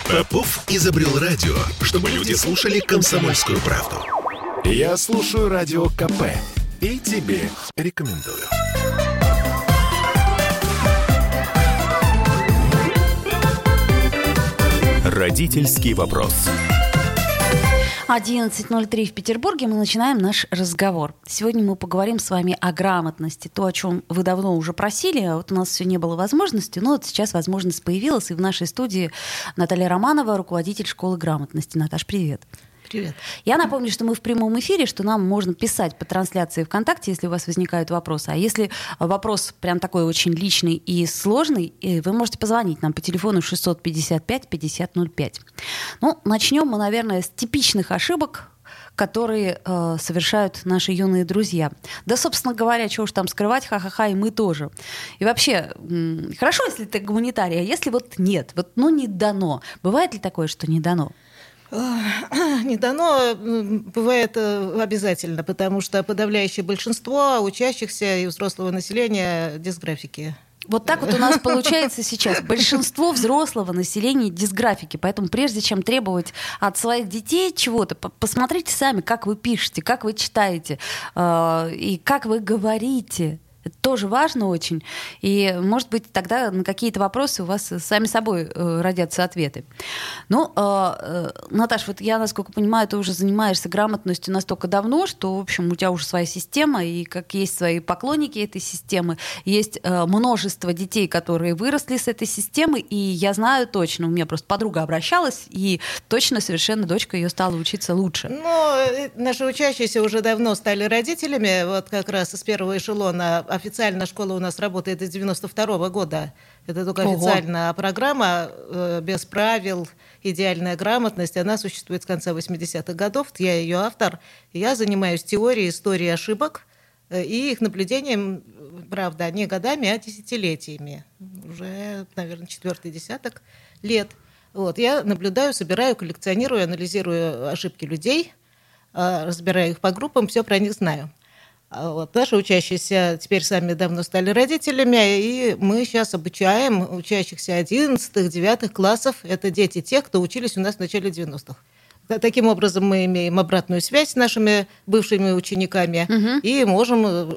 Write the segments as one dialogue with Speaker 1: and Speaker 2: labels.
Speaker 1: Попов изобрел радио, чтобы люди слушали «Комсомольскую правду». Я слушаю Радио КП и тебе рекомендую. Родительский вопрос.
Speaker 2: 11:03 в Петербурге. Мы начинаем наш разговор. Сегодня мы поговорим с вами о грамотности. То, о чем вы давно уже просили, а вот у нас все не было возможности, но вот сейчас возможность появилась. И в нашей студии Наталья Романова, руководитель школы грамотности. Наташ, привет.
Speaker 3: Привет.
Speaker 2: Я напомню, что мы в прямом эфире, что нам можно писать по трансляции ВКонтакте, если у вас возникают вопросы. А если вопрос прям такой очень личный и сложный, вы можете позвонить нам по телефону 655-5005. Ну, начнем мы, наверное, с типичных ошибок, которые совершают наши юные друзья. Да, собственно говоря, чего уж там скрывать, ха-ха-ха, и мы тоже. И вообще, хорошо, если ты гуманитарий, а если вот нет, вот ну не дано. Бывает ли такое, что не дано?
Speaker 3: Не дано, бывает обязательно, потому что подавляющее большинство учащихся и взрослого населения дисграфики.
Speaker 2: Вот так вот у нас получается сейчас. Большинство взрослого населения дисграфики. Поэтому прежде чем требовать от своих детей чего-то, посмотрите сами, как вы пишете, как вы читаете и как вы говорите. Это тоже важно очень. И, может быть, тогда на какие-то вопросы у вас сами собой родятся ответы. Ну, Наташ, вот я, насколько понимаю, ты уже занимаешься грамотностью настолько давно, что, в общем, у тебя уже своя система, и как есть свои поклонники этой системы, есть множество детей, которые выросли с этой системы, и я знаю точно, у меня просто подруга обращалась, и точно совершенно дочка ее стала учиться лучше.
Speaker 3: Ну, наши учащиеся уже давно стали родителями, вот как раз из первого эшелона. Официально школа у нас работает с 92 года. Это только официально. А программа без правил, идеальная грамотность, она существует с конца 80-х годов. Я ее автор. Я занимаюсь теорией истории ошибок и их наблюдением, правда, не годами, а десятилетиями. Уже, наверное, 4-й десяток лет. Вот. Я наблюдаю, собираю, коллекционирую, анализирую ошибки людей, разбираю их по группам, все про них знаю. Вот. Наши учащиеся теперь сами давно стали родителями, и мы сейчас обучаем учащихся 11-9 классов. Это дети тех, кто учились у нас в начале 90-х. Таким образом, мы имеем обратную связь с нашими бывшими учениками и можем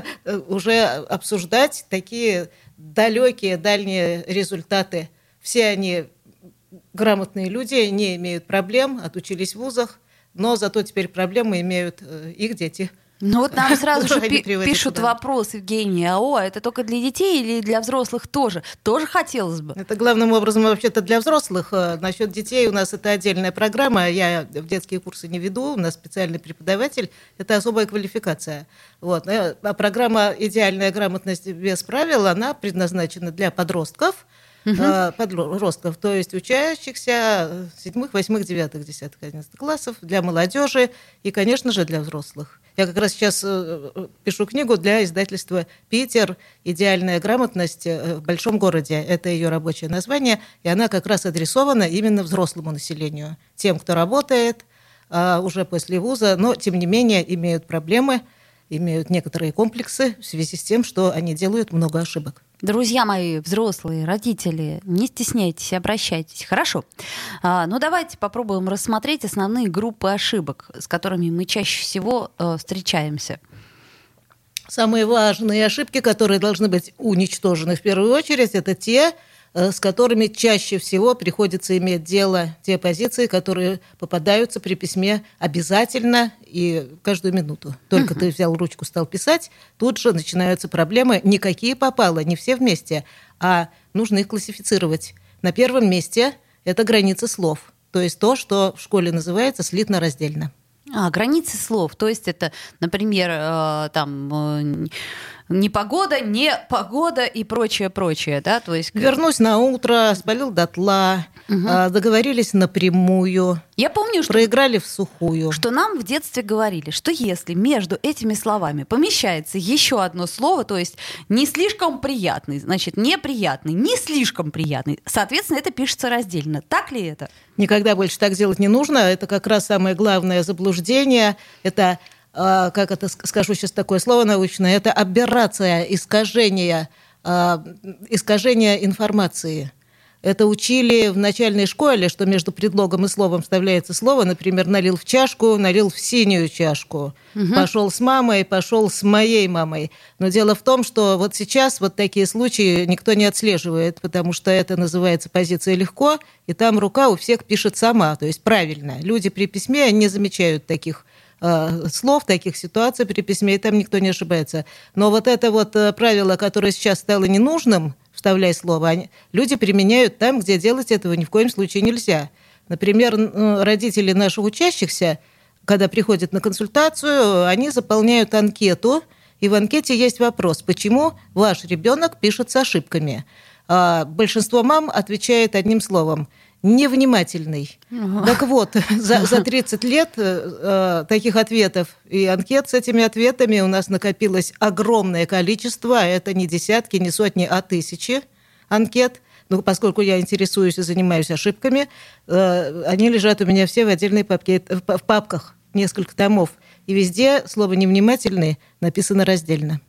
Speaker 3: уже обсуждать такие далекие, дальние результаты. Все они грамотные люди, не имеют проблем, отучились в вузах, но зато теперь проблемы имеют их дети.
Speaker 2: Ну вот нам сразу же пишут вопрос, Евгений, это только для детей или для взрослых тоже? Тоже хотелось бы.
Speaker 3: Это главным образом вообще-то для взрослых. Насчет детей у нас это отдельная программа. Я в детские курсы не веду, у нас специальный преподаватель. Это особая квалификация. Вот. А программа «Идеальная грамотность без правил», она предназначена для подростков, подростков, то есть учащихся 7, 8, 9, 10, 11 классов, для молодежи и, конечно же, для взрослых. Я как раз сейчас пишу книгу для издательства «Питер. Идеальная грамотность в большом городе». Это ее рабочее название, и она как раз адресована именно взрослому населению, тем, кто работает уже после вуза, но, тем не менее, имеют проблемы, имеют некоторые комплексы в связи с тем, что они делают много ошибок.
Speaker 2: Друзья мои, взрослые, родители, не стесняйтесь, обращайтесь. Хорошо. Ну, давайте попробуем рассмотреть основные группы ошибок, с которыми мы чаще всего встречаемся.
Speaker 3: Самые важные ошибки, которые должны быть уничтожены в первую очередь, это те, с которыми чаще всего приходится иметь дело, те позиции, которые попадаются при письме обязательно и каждую минуту. Только ты взял ручку, стал писать, тут же начинаются проблемы. Никакие попало, не все вместе, а нужно их классифицировать. На первом месте это границы слов, то есть то, что в школе называется слитно-раздельно.
Speaker 2: Границы слов, то есть это, например, непогода, не погода и прочее, да? То есть...
Speaker 3: Вернусь на утро, спалил дотла, договорились напрямую,
Speaker 2: я помню, что
Speaker 3: проиграли в сухую.
Speaker 2: Что нам в детстве говорили, что если между этими словами помещается еще одно слово, то есть не слишком приятный, значит, неприятный, не слишком приятный, соответственно, это пишется раздельно. Так ли это?
Speaker 3: Никогда больше так делать не нужно. Это как раз самое главное заблуждение. Это, как это скажу сейчас такое слово научное, это аберрация, искажение информации. это учили в начальной школе, что между предлогом и словом вставляется слово, например, налил в чашку, налил в синюю чашку, пошел с мамой, пошел с моей мамой. Но дело в том, что вот сейчас вот такие случаи никто не отслеживает, потому что это называется позиция легко, и там рука у всех пишет сама, то есть правильно. Люди при письме не замечают таких слов, таких ситуаций при письме, и там никто не ошибается. Но вот это вот правило, которое сейчас стало ненужным, вставляй слово, люди применяют там, где делать этого ни в коем случае нельзя. Например, родители наших учащихся, когда приходят на консультацию, они заполняют анкету, и в анкете есть вопрос, почему ваш ребенок пишет с ошибками. Большинство мам отвечает одним словом – невнимательный. Так вот, за 30 лет таких ответов и анкет с этими ответами у нас накопилось огромное количество. Это не десятки, не сотни, а тысячи анкет. Ну, поскольку я интересуюсь и занимаюсь ошибками, они лежат у меня все в отдельной папке, в папках, несколько томов. И везде слово «невнимательный» написано раздельно.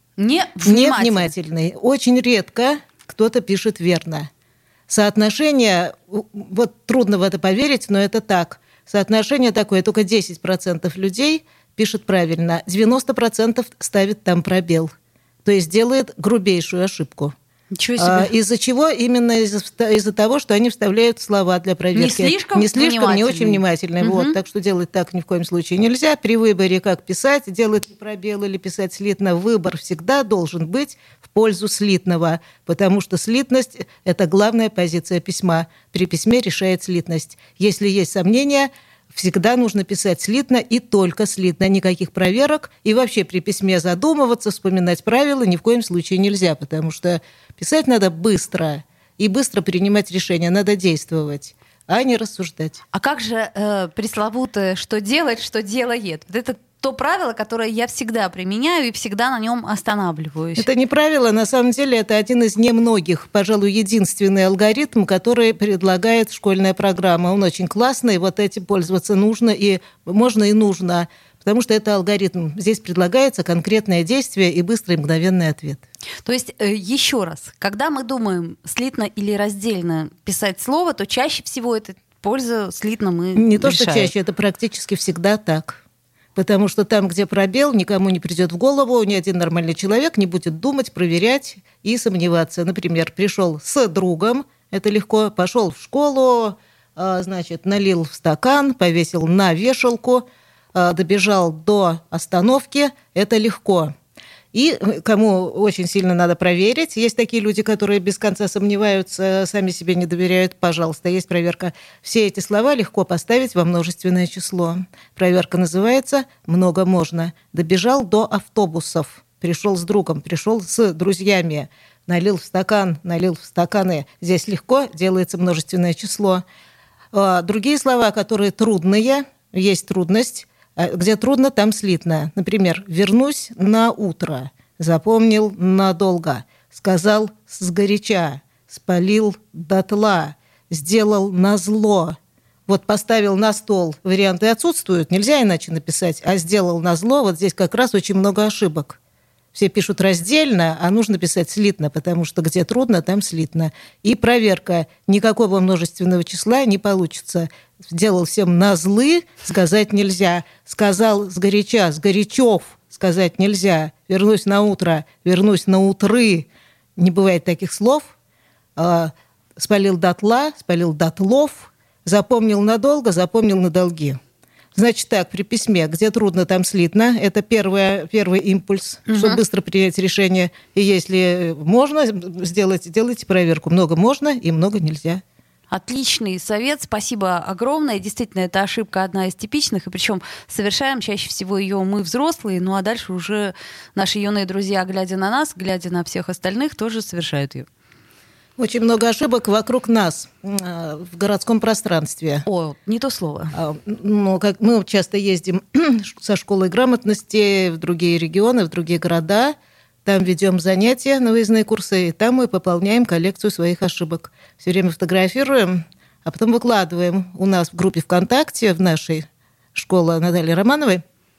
Speaker 3: Невнимательный. Очень редко кто-то пишет верно. Соотношение, вот трудно в это поверить, но это так. Соотношение такое, только 10% людей пишет правильно, 90% ставит там пробел. То есть делает грубейшую ошибку.
Speaker 2: Ничего себе.
Speaker 3: Из-за чего? Именно из-за того, что они вставляют слова для проверки.
Speaker 2: Не слишком
Speaker 3: не очень внимательные. Вот, так что делать так ни в коем случае нельзя. При выборе, как писать, делать пробел или писать слитно, выбор всегда должен быть в пользу слитного, потому что слитность – это главная позиция письма. При письме решает слитность. Если есть сомнения, всегда нужно писать слитно и только слитно, никаких проверок. И вообще при письме задумываться, вспоминать правила ни в коем случае нельзя, потому что писать надо быстро и быстро принимать решения, надо действовать, а не рассуждать.
Speaker 2: А как же пресловутое «что делать, что делает»? Вот это то правило, которое я всегда применяю и всегда на нем останавливаюсь.
Speaker 3: Это не правило, на самом деле это один из немногих, пожалуй, единственный алгоритм, который предлагает школьная программа. Он очень классный, вот этим пользоваться нужно, и можно, и нужно, потому что это алгоритм. Здесь предлагается конкретное действие и быстрый мгновенный ответ.
Speaker 2: То есть, еще раз, когда мы думаем слитно или раздельно писать слово, то чаще всего это польза слитно мы
Speaker 3: Не
Speaker 2: решаем.
Speaker 3: то, что чаще, это практически всегда так. Потому что там, где пробел, никому не придет в голову, ни один нормальный человек не будет думать, проверять и сомневаться. Например, пришел с другом, это легко, пошел в школу, значит, налил в стакан, повесил на вешалку, добежал до остановки, это легко. И кому очень сильно надо проверить, есть такие люди, которые без конца сомневаются, сами себе не доверяют, пожалуйста, есть проверка. Все эти слова легко поставить во множественное число. Проверка называется «много можно». Добежал до автобусов, пришел с другом, пришел с друзьями, налил в стакан, налил в стаканы. Здесь легко делается множественное число. Другие слова, которые трудные, есть трудность. Где трудно, там слитно. Например, «вернусь на утро», запомнил надолго, сказал сгоряча, спалил дотла, сделал назло. Вот поставил на стол, варианты отсутствуют, нельзя иначе написать, а сделал назло, вот здесь как раз очень много ошибок. Все пишут раздельно, а нужно писать слитно, потому что где трудно, там слитно. И проверка. Никакого множественного числа не получится. Сделал всем назлы, сказать нельзя. Сказал сгоряча, сгорячев, сказать нельзя. Вернусь на утро, вернусь на утры. Не бывает таких слов. Спалил дотла, спалил дотлов. Запомнил надолго, запомнил на долги. Значит так, при письме, где трудно, там слитно. Это первый импульс, чтобы быстро принять решение. И если можно сделать, делайте проверку. Много можно и много нельзя.
Speaker 2: Отличный совет, спасибо огромное. Действительно, эта ошибка одна из типичных, и причем совершаем чаще всего ее мы, взрослые, ну а дальше уже наши юные друзья, глядя на нас, глядя на всех остальных, тоже совершают ее.
Speaker 3: Очень много ошибок вокруг нас в городском пространстве.
Speaker 2: О, не то слово.
Speaker 3: Ну, как мы часто ездим со школой грамотности в другие регионы, в другие города. Там ведем занятия на выездные курсы, и там мы пополняем коллекцию своих ошибок. Все время фотографируем, а потом выкладываем у нас в группе ВКонтакте, в нашей школе Натальи Романовой.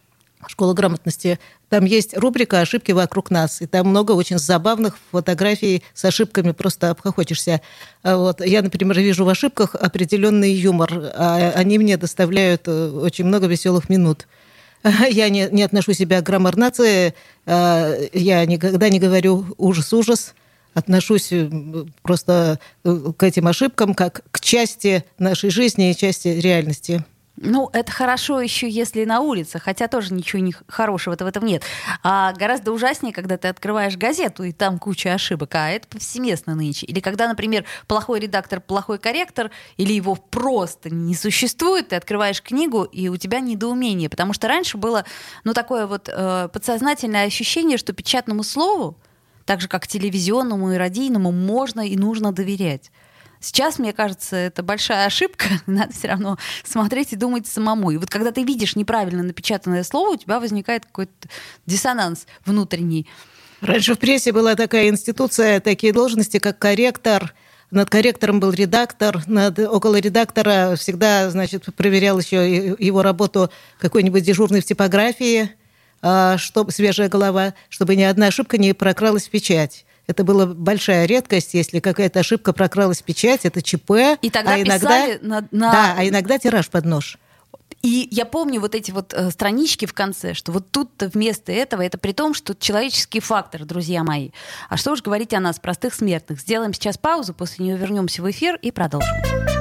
Speaker 3: «Школа грамотности», там есть рубрика «Ошибки вокруг нас», и там много очень забавных фотографий с ошибками, просто обхохочешься. Вот. Я, например, вижу в ошибках определенный юмор, а они мне доставляют очень много веселых минут. Я не отношу себя к граммар-нации, я никогда не говорю «ужас-ужас», отношусь просто к этим ошибкам как к части нашей жизни и части реальности.
Speaker 2: Ну, это хорошо еще, если на улице, хотя тоже ничего хорошего-то в этом нет. А гораздо ужаснее, когда ты открываешь газету, и там куча ошибок, а это повсеместно нынче. Или когда, например, плохой редактор, плохой корректор, или его просто не существует, ты открываешь книгу, и у тебя недоумение. Потому что раньше было, такое вот подсознательное ощущение, что печатному слову, так же, как телевизионному и радийному, можно и нужно доверять. Сейчас, мне кажется, это большая ошибка. Надо все равно смотреть и думать самому. И вот когда ты видишь неправильно напечатанное слово, у тебя возникает какой-то диссонанс внутренний.
Speaker 3: Раньше в прессе была такая институция, такие должности, как корректор. Над корректором был редактор. Около редактора всегда, проверял еще его работу какой-нибудь дежурный в типографии, чтобы свежая голова, чтобы ни одна ошибка не прокралась в печать. Это была большая редкость, если какая-то ошибка прокралась в печать, это ЧП. И тогда
Speaker 2: писали
Speaker 3: Да, а иногда тираж под нож.
Speaker 2: И я помню вот эти вот странички в конце, что вот тут-то вместо этого, это при том, что человеческий фактор, друзья мои. А что уж говорить о нас, простых смертных. Сделаем сейчас паузу, после нее вернемся в эфир и продолжим.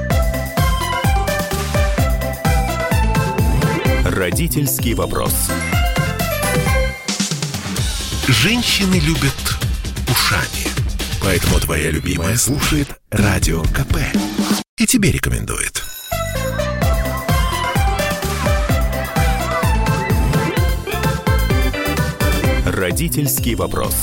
Speaker 1: Родительский вопрос. Женщины любят ушами. Поэтому твоя любимая слушает Радио КП. И тебе рекомендует. Родительский вопрос.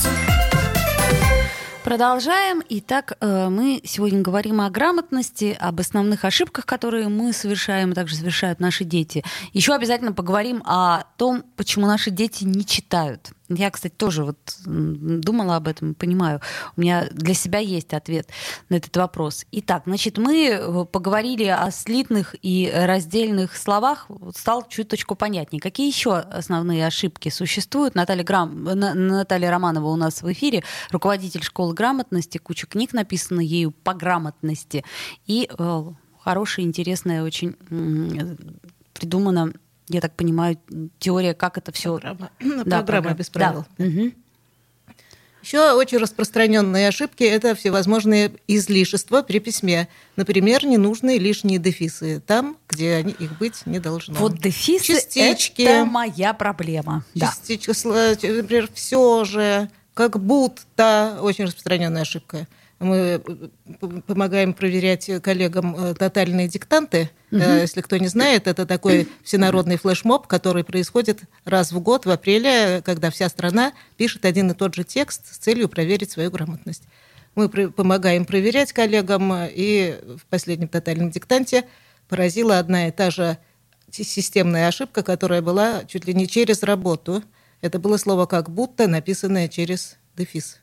Speaker 2: Продолжаем. Итак, мы сегодня говорим о грамотности, об основных ошибках, которые мы совершаем, и также совершают наши дети. Еще обязательно поговорим о том, почему наши дети не читают. Я, кстати, тоже думала об этом, понимаю. У меня для себя есть ответ на этот вопрос. Итак, мы поговорили о слитных и раздельных словах. Стало чуточку понятнее. Какие еще основные ошибки существуют? Наталья Романова у нас в эфире, руководитель школы грамотности. Куча книг написано ею по грамотности. И хорошая, интересная, очень придумана, я так понимаю, теория, как это все...
Speaker 3: Программа без правил.
Speaker 2: Да. Угу.
Speaker 3: Еще очень распространенные ошибки – это всевозможные излишества при письме. Например, ненужные лишние дефисы там, где их быть не должно.
Speaker 2: Вот дефисы
Speaker 3: частички,
Speaker 2: это моя проблема.
Speaker 3: Частички, например, все же, как будто. Очень распространенная ошибка. Мы помогаем проверять коллегам тотальные диктанты. Если кто не знает, это такой всенародный флешмоб, который происходит раз в год в апреле, когда вся страна пишет один и тот же текст с целью проверить свою грамотность. Мы помогаем проверять коллегам, и в последнем тотальном диктанте поразила одна и та же системная ошибка, которая была чуть ли не через работу. Это было слово «как будто», написанное через дефис.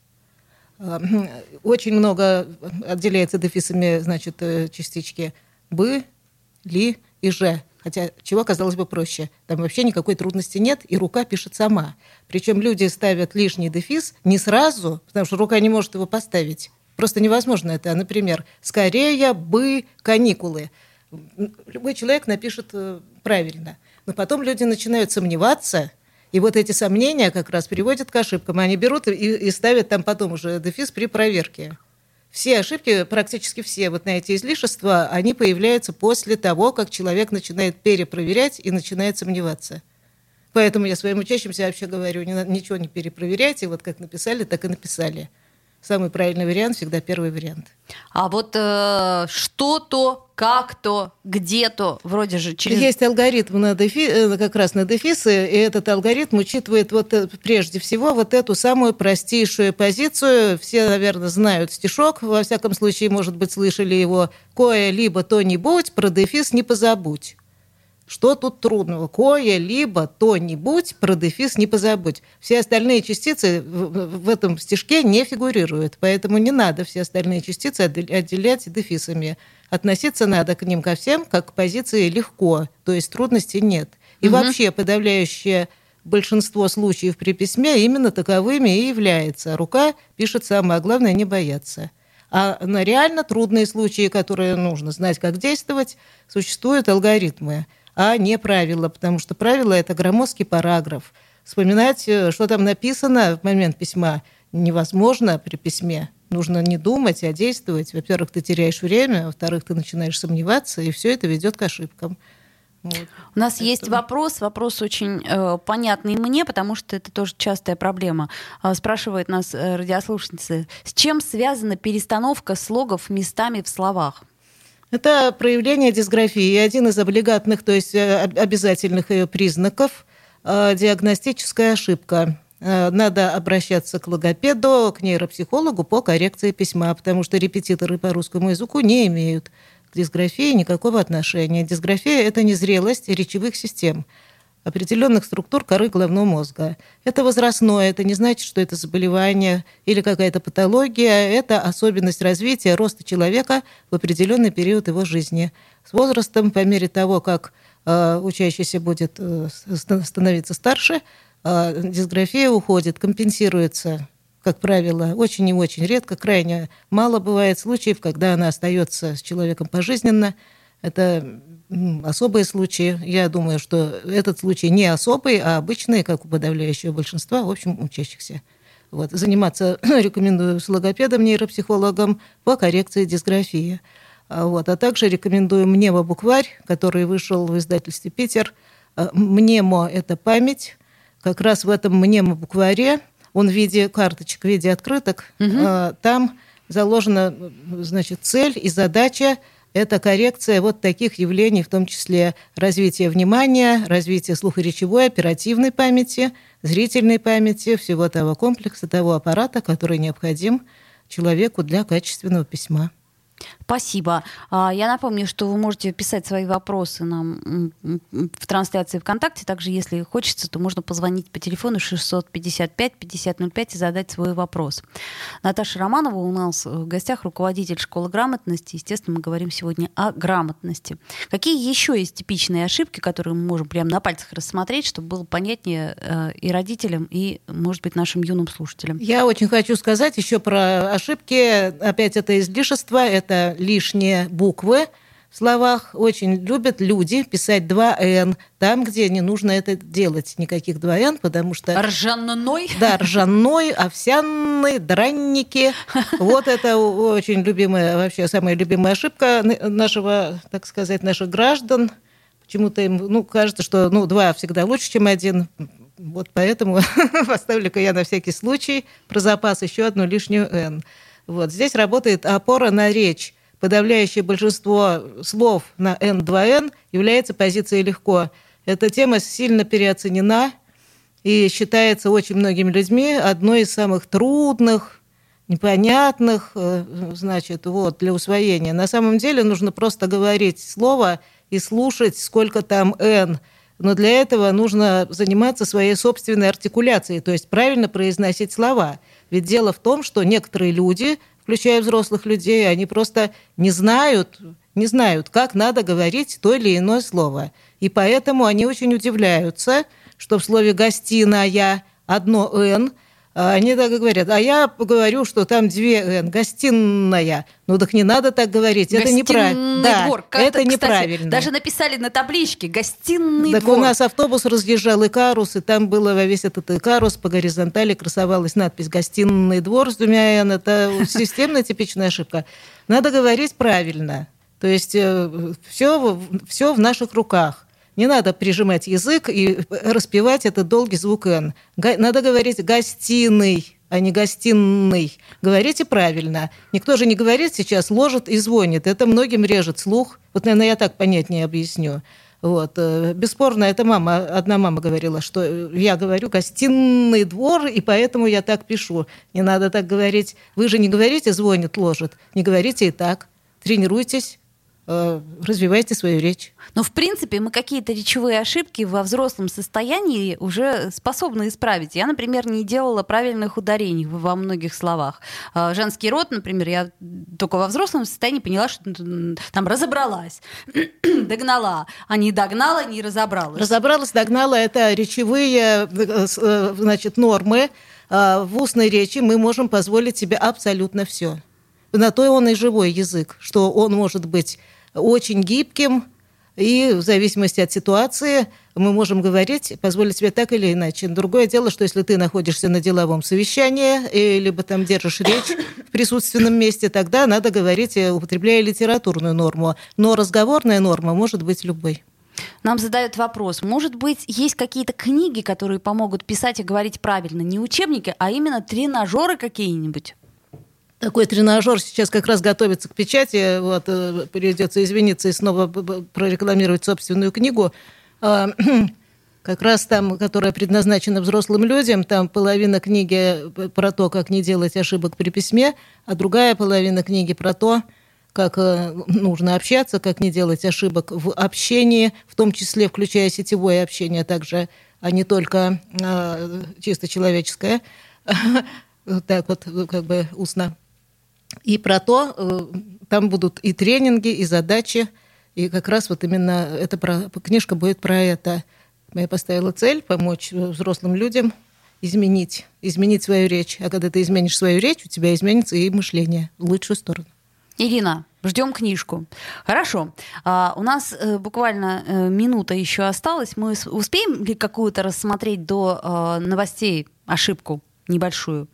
Speaker 3: Очень много отделяется дефисами, частички «бы», «ли» и «же». Хотя чего, казалось бы, проще. Там вообще никакой трудности нет, и рука пишет сама. Причем люди ставят лишний дефис не сразу, потому что рука не может его поставить. Просто невозможно это. Например, «скорее бы каникулы». Любой человек напишет правильно. Но потом люди начинают сомневаться, и вот эти сомнения как раз приводят к ошибкам. Они берут и ставят там потом уже дефис при проверке. Все ошибки, практически все вот на эти излишества, они появляются после того, как человек начинает перепроверять и начинает сомневаться. Поэтому я своим учащимся вообще говорю, ничего не перепроверяйте, вот как написали, так и написали. Самый правильный вариант всегда первый вариант.
Speaker 2: А вот что-то, как-то, где-то, вроде же через...
Speaker 3: Есть алгоритм как раз на дефисы, и этот алгоритм учитывает прежде всего эту самую простейшую позицию. Все, наверное, знают стишок, во всяком случае, может быть, слышали его. «Кое-либо то-нибудь, про дефис не позабудь». Что тут трудного? Кое-либо то-нибудь, про дефис не позабудь. Все остальные частицы в этом стишке не фигурируют, поэтому не надо все остальные частицы отделять дефисами. Относиться надо к ним ко всем, как к позиции легко, то есть трудностей нет. И вообще подавляющее большинство случаев при письме именно таковыми и является. Рука пишет сама, а главное не бояться. А на реально трудные случаи, которые нужно знать, как действовать, существуют алгоритмы, а не правила, потому что правило – это громоздкий параграф. Вспоминать, что там написано в момент письма, невозможно при письме. Нужно не думать, а действовать. Во-первых, ты теряешь время, во-вторых, ты начинаешь сомневаться, и все это ведет к ошибкам.
Speaker 2: Вот. У нас есть вопрос очень понятный мне, потому что это тоже частая проблема. Спрашивает нас радиослушательница, с чем связана перестановка слогов местами в словах?
Speaker 3: Это проявление дисграфии. Один из облигатных, то есть обязательных ее признаков – диагностическая ошибка. Надо обращаться к логопеду, к нейропсихологу по коррекции письма, потому что репетиторы по русскому языку не имеют к дисграфии никакого отношения. Дисграфия – это незрелость речевых систем, определенных структур коры головного мозга. Это возрастное, это не значит, что это заболевание или какая-то патология, это особенность развития, роста человека в определенный период его жизни. С возрастом, по мере того, как учащийся будет становиться старше, дисграфия уходит, компенсируется, как правило, очень и очень редко, крайне мало бывает случаев, когда она остается с человеком пожизненно. Это особые случаи. Я думаю, что этот случай не особый, а обычный, как у подавляющего большинства, в общем, учащихся. Вот. Заниматься рекомендую с логопедом, нейропсихологом по коррекции дисграфии. Вот. А также рекомендую мнемо-букварь, который вышел в издательстве «Питер». Мнемо – это память. Как раз в этом мнемо-букваре, он в виде карточек, в виде открыток, там заложена, значит, цель и задача – это коррекция вот таких явлений, в том числе развитие внимания, развитие слухоречевой, оперативной памяти, зрительной памяти, всего того комплекса, того аппарата, который необходим человеку для качественного письма.
Speaker 2: Спасибо. Я напомню, что вы можете писать свои вопросы нам в трансляции ВКонтакте. Также, если хочется, то можно позвонить по телефону 655-5005 и задать свой вопрос. Наташа Романова у нас в гостях, руководитель школы грамотности. Естественно, мы говорим сегодня о грамотности. Какие еще есть типичные ошибки, которые мы можем прямо на пальцах рассмотреть, чтобы было понятнее и родителям, и, может быть, нашим юным слушателям?
Speaker 3: Я очень хочу сказать еще про ошибки. Опять это излишество, это лишние буквы в словах. Очень любят люди писать 2Н там, где не нужно это делать. Никаких 2Н, потому что...
Speaker 2: Ржаной?
Speaker 3: Да, ржаной, овсяный, дранники. Вот это очень любимая, вообще самая любимая ошибка нашего, так сказать, наших граждан. Почему-то им кажется, что 2 всегда лучше, чем 1. Вот поэтому поставлю-ка я на всякий случай про запас еще одну лишнюю Н. Вот. Здесь работает опора на речь. Подавляющее большинство слов на N2N является позицией легко. Эта тема сильно переоценена и считается очень многими людьми одной из самых трудных, непонятных, для усвоения. На самом деле нужно просто говорить слово и слушать, сколько там N. Но для этого нужно заниматься своей собственной артикуляцией, то есть правильно произносить слова. Ведь дело в том, что некоторые люди, включая взрослых людей, они просто не знают, как надо говорить то или иное слово. И поэтому они очень удивляются, что в слове «гостиная» одно «н», они так и говорят, а я говорю, что там 2 «н», гостиная. Ну так не надо так говорить, это неправильно.
Speaker 2: Да,
Speaker 3: это неправильно.
Speaker 2: Даже написали на табличке «гостиный
Speaker 3: так
Speaker 2: двор».
Speaker 3: У нас автобус разъезжал Икарус, и там было во весь этот Икарус по горизонтали красовалась надпись «гостиный двор» с 2 «н». Это системная типичная ошибка. Надо говорить правильно. То есть все в наших руках. Не надо прижимать язык и распевать этот долгий звук «н». Надо говорить «гостиный», а не «гостиный». Говорите правильно. Никто же не говорит сейчас «ложит» и «звонит». Это многим режет слух. Вот, наверное, я так понятнее объясню. Вот. Бесспорно, это одна мама говорила, что я говорю «гостиный двор», и поэтому я так пишу. Не надо так говорить. Вы же не говорите «звонит», «ложит». Не говорите и так. Тренируйтесь. развивайте свою речь.
Speaker 2: Но, в принципе, мы какие-то речевые ошибки во взрослом состоянии уже способны исправить. Я, например, не делала правильных ударений во многих словах. Женский род, например, я только во взрослом состоянии поняла, что там разобралась, догнала, а не догнала, не разобралась.
Speaker 3: Разобралась, догнала — это речевые, значит, нормы. В устной речи мы можем позволить себе абсолютно все. На то он и живой язык, что он может быть очень гибким, и в зависимости от ситуации мы можем говорить, позволить себе так или иначе. Другое дело, что если ты находишься на деловом совещании, либо там держишь речь в присутственном месте, тогда надо говорить, употребляя литературную норму. Но разговорная норма может быть любой.
Speaker 2: Нам задают вопрос, может быть, есть какие-то книги, которые помогут писать и говорить правильно? Не учебники, а именно тренажеры какие-нибудь?
Speaker 3: Такой тренажер сейчас как раз готовится к печати. Вот, придется извиниться и снова прорекламировать собственную книгу. Как раз там, которая предназначена взрослым людям, там половина книги про то, как не делать ошибок при письме, а другая половина книги про то, как нужно общаться, как не делать ошибок в общении, в том числе включая сетевое общение также, а не только чисто человеческое, так вот как бы устно. И про то, там будут и тренинги, и задачи, и как раз вот именно эта книжка будет про это. Я поставила цель помочь взрослым людям изменить свою речь. А когда ты изменишь свою речь, у тебя изменится и мышление в лучшую сторону.
Speaker 2: Ирина, ждем книжку. Хорошо. У нас буквально минута еще осталась. Мы успеем ли какую-то рассмотреть до новостей ошибку небольшую?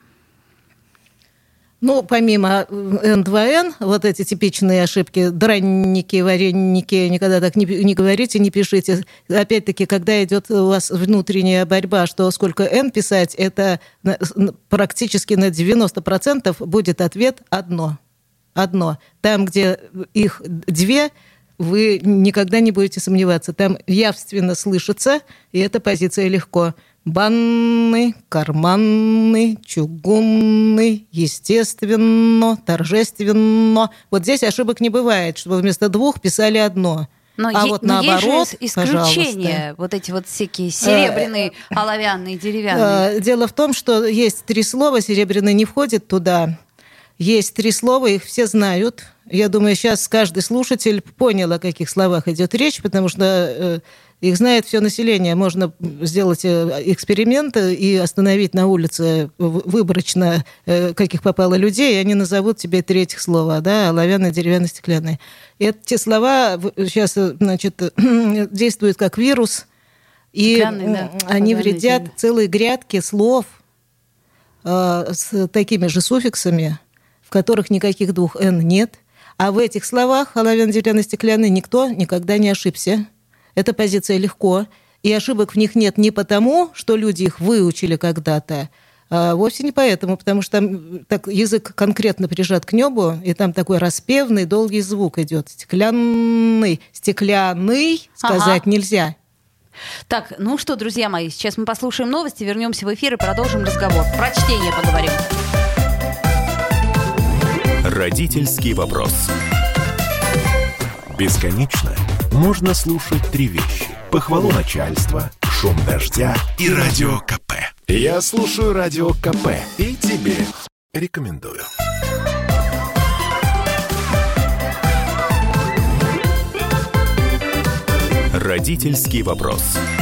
Speaker 3: Ну, помимо N2N, вот эти типичные ошибки, дранники, вареники, никогда так не говорите, не пишите. Опять-таки, когда идет у вас внутренняя борьба, что сколько N писать, это практически на 90% будет ответ одно. Там, где их две, вы никогда не будете сомневаться. Там явственно слышится, и эта позиция легко. Банный, карманный, чугунный, естественно, торжественно. Вот здесь ошибок не бывает, чтобы вместо двух писали одно.
Speaker 2: Но
Speaker 3: вот наоборот,
Speaker 2: есть же исключения,
Speaker 3: пожалуйста.
Speaker 2: Вот эти вот всякие серебряные, оловянные, деревянные.
Speaker 3: Дело в том, что есть 3 слова, серебряный не входит туда. Есть 3 слова, их все знают. Я думаю, сейчас каждый слушатель понял, о каких словах идет речь, потому что их знает все население. Можно сделать эксперимент и остановить на улице выборочно, каких попало людей, и они назовут тебе 3 этих слова, да, оловянный, деревянный, стеклянный. И эти слова сейчас, значит, действуют как вирус, и они вредят целой грядке слов с такими же суффиксами, в которых никаких 2 «н» нет. А в этих словах оловянный, деревянный, стеклянный никто никогда не ошибся. Эта позиция легко. И ошибок в них нет не потому, что люди их выучили когда-то, а вовсе не поэтому, потому что там так, язык конкретно прижат к небу, и там такой распевный, долгий звук идет. Стеклянный, сказать нельзя.
Speaker 2: Так, ну что, друзья мои, сейчас мы послушаем новости, вернемся в эфир и продолжим разговор. Про чтение поговорим.
Speaker 1: Родительский вопрос. Бесконечно можно слушать 3 вещи: похвалу начальства, шум дождя и радио КП. Я слушаю радио КП и тебе рекомендую. Родительский вопрос.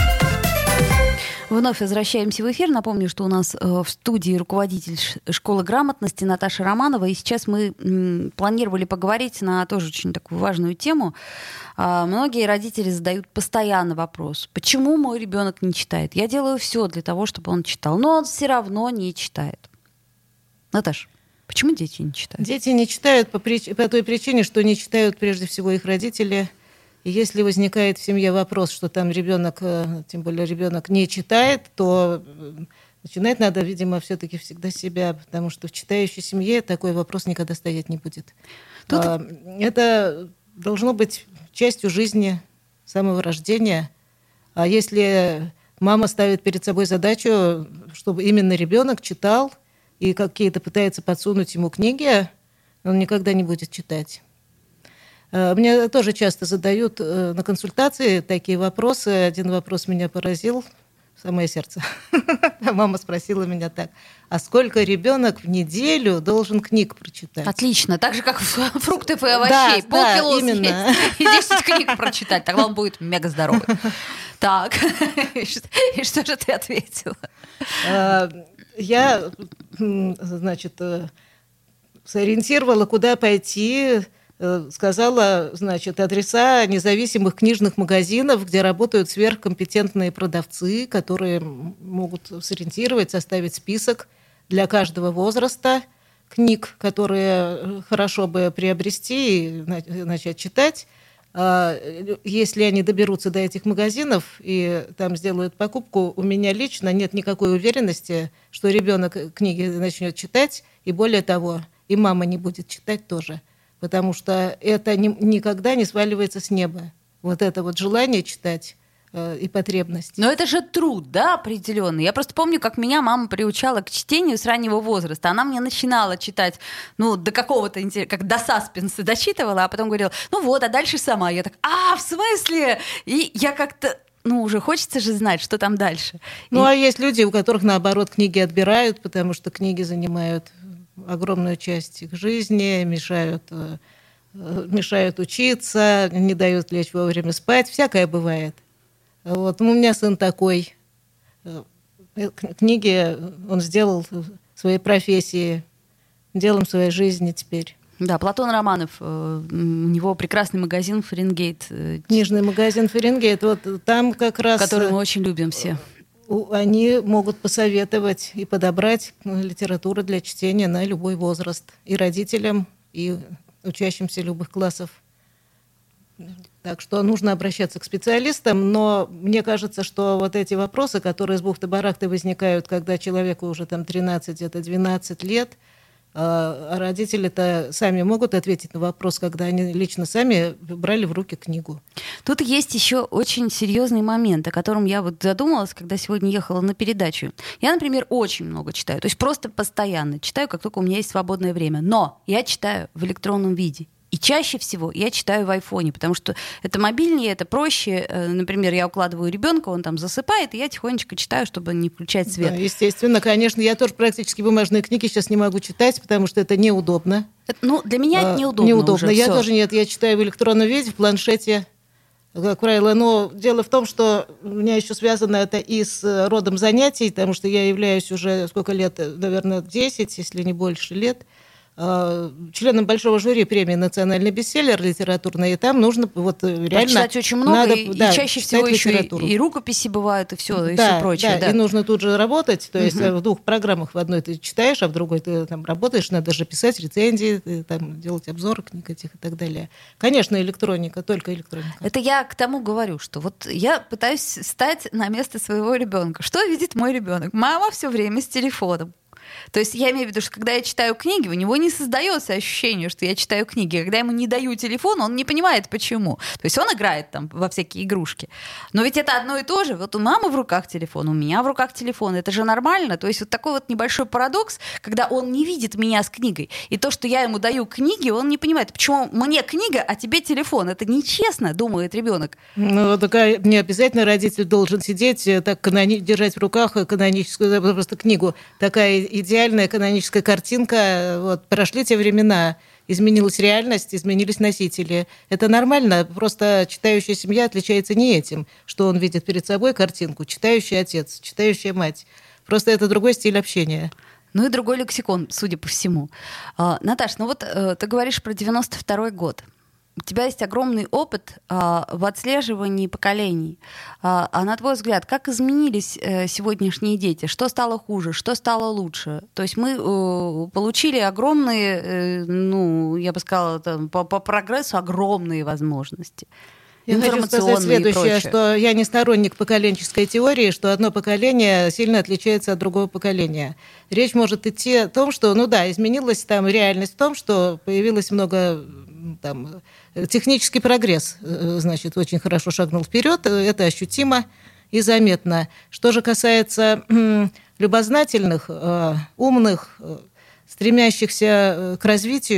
Speaker 2: Вновь возвращаемся в эфир. Напомню, что у нас в студии руководитель школы грамотности Наташа Романова. И сейчас мы планировали поговорить на тоже очень такую важную тему. Многие родители задают постоянно вопрос: почему мой ребенок не читает? Я делаю все для того, чтобы он читал, но он все равно не читает. Наташа, почему дети не читают?
Speaker 3: Дети не читают по той причине, что не читают прежде всего их родители. И если возникает в семье вопрос, что там ребенок, тем более ребенок не читает, то начинать надо, видимо, все-таки всегда с себя, потому что в читающей семье такой вопрос никогда стоять не будет. Это должно быть частью жизни с самого рождения. А если мама ставит перед собой задачу, чтобы именно ребенок читал и какие-то пытается подсунуть ему книги, он никогда не будет читать. Мне тоже часто задают на консультации такие вопросы. Один вопрос меня поразил в самое сердце. Мама спросила меня так: а сколько ребенок в неделю должен книг прочитать?
Speaker 2: Отлично, так же, как фруктов и овощей. Полкило
Speaker 3: именно.
Speaker 2: И 10 книг прочитать, тогда он будет мега здоровый. Так, и что же ты ответила?
Speaker 3: Я, значит, сориентировала, куда пойти, сказала, значит, адреса независимых книжных магазинов, где работают сверхкомпетентные продавцы, которые могут сориентировать, составить список для каждого возраста книг, которые хорошо бы приобрести и начать читать. Если они доберутся до этих магазинов и там сделают покупку, у меня лично нет никакой уверенности, что ребенок книги начнет читать, и более того, и мама не будет читать тоже. Потому что это никогда не сваливается с неба. Вот это вот желание читать и потребность.
Speaker 2: Но это же труд, да, определенный. Я просто помню, как меня мама приучала к чтению с раннего возраста. Она мне начинала читать, до какого-то, как до саспенса дочитывала, а потом говорила, а дальше сама. Я так, в смысле? И я как-то, уже хочется же знать, что там дальше.
Speaker 3: А есть люди, у которых, наоборот, книги отбирают, потому что книги занимают огромную часть их жизни, мешают учиться, не дают лечь вовремя спать. Всякое бывает. Вот. У меня сын такой. Книги он сделал своей профессией, делом своей жизни теперь.
Speaker 2: Да, Платон Романов, у него прекрасный магазин «Фаренгейт».
Speaker 3: Книжный магазин «Фаренгейт». Вот там как раз...
Speaker 2: Который мы очень любим все.
Speaker 3: Они могут посоветовать и подобрать литературу для чтения на любой возраст. И родителям, и учащимся любых классов. Так что нужно обращаться к специалистам, но мне кажется, что вот эти вопросы, которые с бухты-барахты возникают, когда человеку уже там 13, где-то 12 лет, а родители-то сами могут ответить на вопрос, когда они лично сами брали в руки книгу.
Speaker 2: Тут есть еще очень серьезный момент, о котором я вот задумалась, когда сегодня ехала на передачу. Я, например, очень много читаю, то есть просто постоянно читаю, как только у меня есть свободное время. Но я читаю в электронном виде. И чаще всего я читаю в айфоне, потому что это мобильнее, это проще. Например, я укладываю ребенка, он там засыпает, и я тихонечко читаю, чтобы не включать свет.
Speaker 3: Да, естественно, конечно. Я тоже практически бумажные книги сейчас не могу читать, потому что это неудобно.
Speaker 2: Для меня это неудобно.
Speaker 3: Неудобно.
Speaker 2: Уже,
Speaker 3: я
Speaker 2: всё.
Speaker 3: тоже нет. Я читаю в электронном виде, в планшете, как правило. Но дело в том, что у меня еще связано это и с родом занятий, потому что я являюсь уже сколько лет, наверное, 10, если не больше лет, членом большого жюри премии «Национальный бестселлер» литературной, и там нужно реально...
Speaker 2: Читать очень много, и чаще всего еще и рукописи бывают, и все, и все прочее.
Speaker 3: Да, и нужно тут же работать, то есть в двух программах, в одной ты читаешь, а в другой ты там работаешь, надо же писать рецензии, там, делать обзоры книг этих и так далее. Конечно, электроника, только электроника.
Speaker 2: Это я к тому говорю, что вот я пытаюсь встать на место своего ребенка. Что видит мой ребенок? Мама все время с телефоном. То есть я имею в виду, что когда я читаю книги, у него не создается ощущение, что я читаю книги. Когда я ему не даю телефон, он не понимает, почему. То есть он играет там во всякие игрушки. Но ведь это одно и то же. Вот у мамы в руках телефон, у меня в руках телефон. Это же нормально. То есть вот такой вот небольшой парадокс, когда он не видит меня с книгой. И то, что я ему даю книги, он не понимает, почему мне книга, а тебе телефон. Это нечестно, думает ребенок.
Speaker 3: Не обязательно родитель должен сидеть, так держать в руках каноническую просто книгу. Такая идеальная каноническая картинка. Вот, прошли те времена, изменилась реальность, изменились носители. Это нормально, просто читающая семья отличается не этим, что он видит перед собой картинку. Читающий отец, читающая мать. Просто это другой стиль общения.
Speaker 2: И другой лексикон, судя по всему. Наташ, ты говоришь про 92-й год. У тебя есть огромный опыт в отслеживании поколений. А на твой взгляд, как изменились сегодняшние дети? Что стало хуже, что стало лучше? То есть мы получили огромные, я бы сказала, по прогрессу огромные возможности.
Speaker 3: Я хочу сказать следующее, что я не сторонник поколенческой теории, что одно поколение сильно отличается от другого поколения. Речь может идти о том, что, изменилась там реальность в том, что появилось много технический прогресс, значит, очень хорошо шагнул вперед, это ощутимо и заметно. Что же касается любознательных, умных, стремящихся к развитию,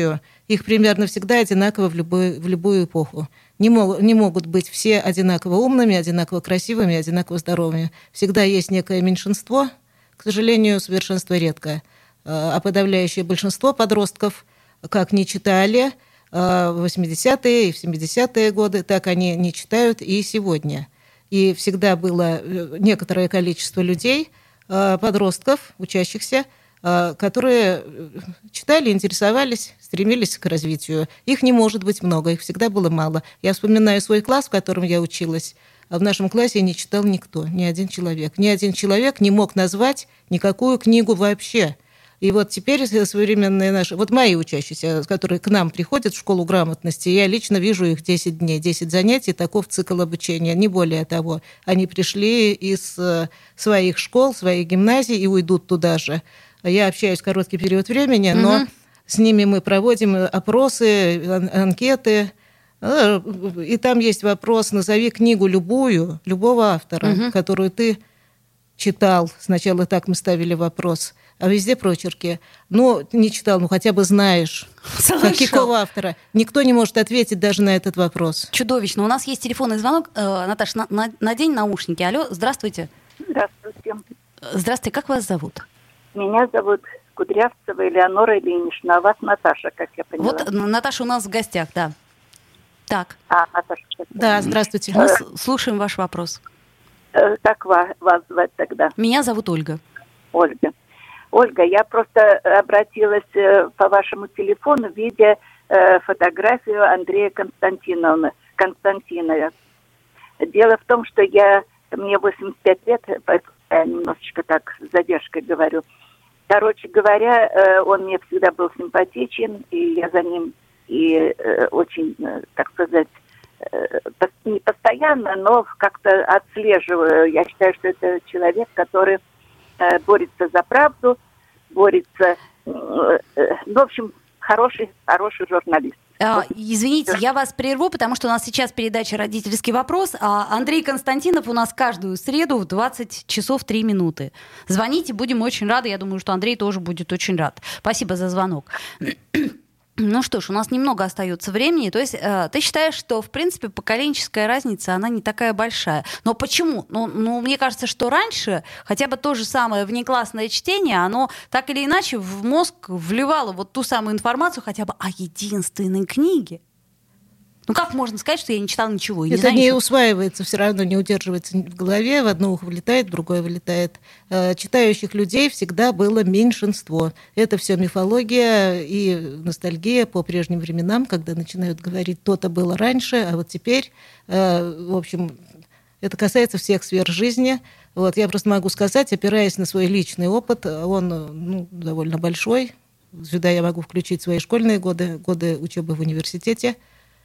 Speaker 3: их примерно всегда одинаково в любую эпоху. Не могут быть все одинаково умными, одинаково красивыми, одинаково здоровыми. Всегда есть некое меньшинство, к сожалению, совершенство редко. А подавляющее большинство подростков, как не читали в 80-е и в 70-е годы, так они не читают и сегодня. И всегда было некоторое количество людей, подростков, учащихся, которые читали, интересовались, стремились к развитию. Их не может быть много, их всегда было мало. Я вспоминаю свой класс, в котором я училась. В нашем классе не читал никто, ни один человек. Ни один человек не мог назвать никакую книгу вообще. И вот теперь современные наши, вот мои учащиеся, которые к нам приходят в школу грамотности, я лично вижу их 10 дней, 10 занятий, таков цикл обучения, не более того. Они пришли из своих школ, своих гимназий и уйдут туда же. Я общаюсь короткий период времени, но с ними мы проводим опросы, анкеты. И там есть вопрос: назови книгу любую, любого автора, которую ты читал. Сначала так мы ставили вопрос, а везде прочерки. Ну, не читал, ну хотя бы знаешь, какого автора. Никто не может ответить даже на этот вопрос.
Speaker 2: Чудовищно. У нас есть телефонный звонок. Наташа, надень наушники. Алло, здравствуйте.
Speaker 4: Здравствуйте.
Speaker 2: Здравствуйте, как вас зовут?
Speaker 4: Меня зовут Кудрявцева Элеонора Ильинична, а вас Наташа, как я поняла.
Speaker 2: Вот Наташа у нас в гостях, да. Так.
Speaker 4: Наташа.
Speaker 3: Да, здравствуйте.
Speaker 2: Мы слушаем ваш вопрос.
Speaker 4: Как вас звать тогда?
Speaker 2: Меня зовут Ольга.
Speaker 4: Ольга, я просто обратилась по вашему телефону, видя фотографию Андрея Константинова. Дело в том, что мне 85 лет, поэтому я немножечко так с задержкой говорю. Короче говоря, он мне всегда был симпатичен, и я за ним и очень, так сказать, не постоянно, но как-то отслеживаю. Я считаю, что это человек, который борется за правду, борется, в общем, хороший журналист.
Speaker 2: Извините, я вас прерву, потому что у нас сейчас передача «Родительский вопрос», а Андрей Константинов у нас каждую среду в 20 часов 3 минуты. Звоните, будем очень рады. Я думаю, что Андрей тоже будет очень рад. Спасибо за звонок. Ну что ж, у нас немного остается времени. То есть ты считаешь, что, в принципе, поколенческая разница, она не такая большая. Но почему? Ну, мне кажется, что раньше хотя бы то же самое внеклассное чтение, оно так или иначе в мозг вливало вот ту самую информацию хотя бы о единственной книге. Ну как можно сказать, что я не читала ничего?
Speaker 3: Это не усваивается, все равно не удерживается в голове, в одно ухо влетает, в другое вылетает. Читающих людей всегда было меньшинство. Это все мифология и ностальгия по прежним временам, когда начинают говорить, то-то было раньше, а вот теперь, в общем, это касается всех сфер жизни. Вот, я просто могу сказать, опираясь на свой личный опыт, он довольно большой. Сюда я могу включить свои школьные годы учебы в университете,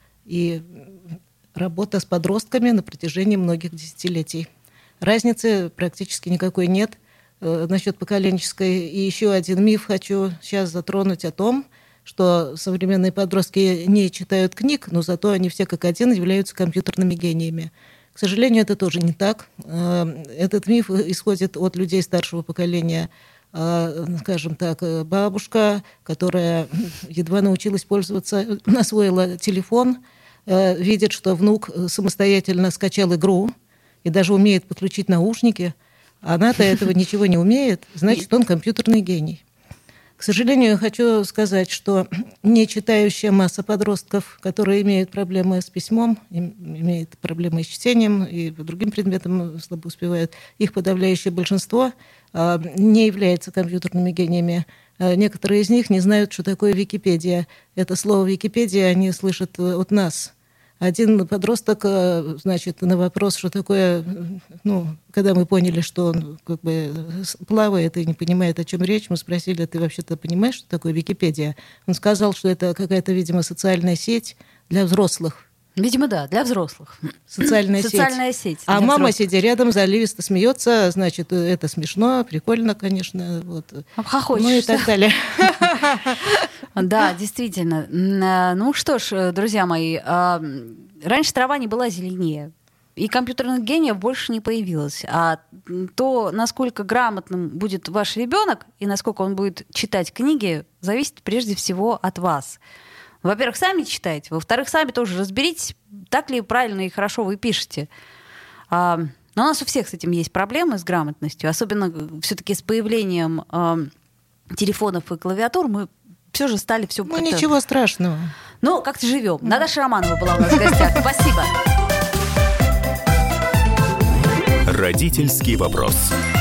Speaker 3: и работа с подростками на протяжении многих десятилетий. Разницы практически никакой нет. Насчет поколенческой. И еще один миф хочу сейчас затронуть о том, что современные подростки не читают книг, но зато они все как один являются компьютерными гениями. К сожалению, это тоже не так. Этот миф исходит от людей старшего поколения. Скажем так, бабушка, которая едва научилась пользоваться, освоила телефон, видит, что внук самостоятельно скачал игру и даже умеет подключить наушники, а она-то этого ничего не умеет, значит, он компьютерный гений. К сожалению, хочу сказать, что не читающая масса подростков, которые имеют проблемы с письмом, имеют проблемы с чтением и по другим предметам слабо успевают, их подавляющее большинство не являются компьютерными гениями. Некоторые из них не знают, что такое Википедия. Это слово Википедия они слышат от нас. Один подросток, значит, на вопрос, что такое, когда мы поняли, что он как бы плавает и не понимает, о чем речь, мы спросили, ты вообще-то понимаешь, что такое Википедия? Он сказал, что это какая-то, видимо, социальная сеть для взрослых.
Speaker 2: Видимо, да, для взрослых.
Speaker 3: Социальная сеть. А мама, сидя рядом, заливисто смеется, значит, это смешно, прикольно, конечно. Вот. Ну и так далее.
Speaker 2: Да, действительно. Ну что ж, друзья мои, раньше трава не была зеленее. И компьютерных гениев больше не появилось. А то, насколько грамотным будет ваш ребенок и насколько он будет читать книги, зависит прежде всего от вас. Во-первых, сами читайте. Во-вторых, сами тоже разберитесь, так ли правильно и хорошо вы пишете. Но у нас у всех с этим есть проблемы, с грамотностью. Особенно все-таки с появлением телефонов и клавиатур мы все же стали все...
Speaker 3: Ну, ничего страшного.
Speaker 2: Ну, как-то живем. Наташа Романова была у нас в гостях. Спасибо.
Speaker 1: Родительский вопрос.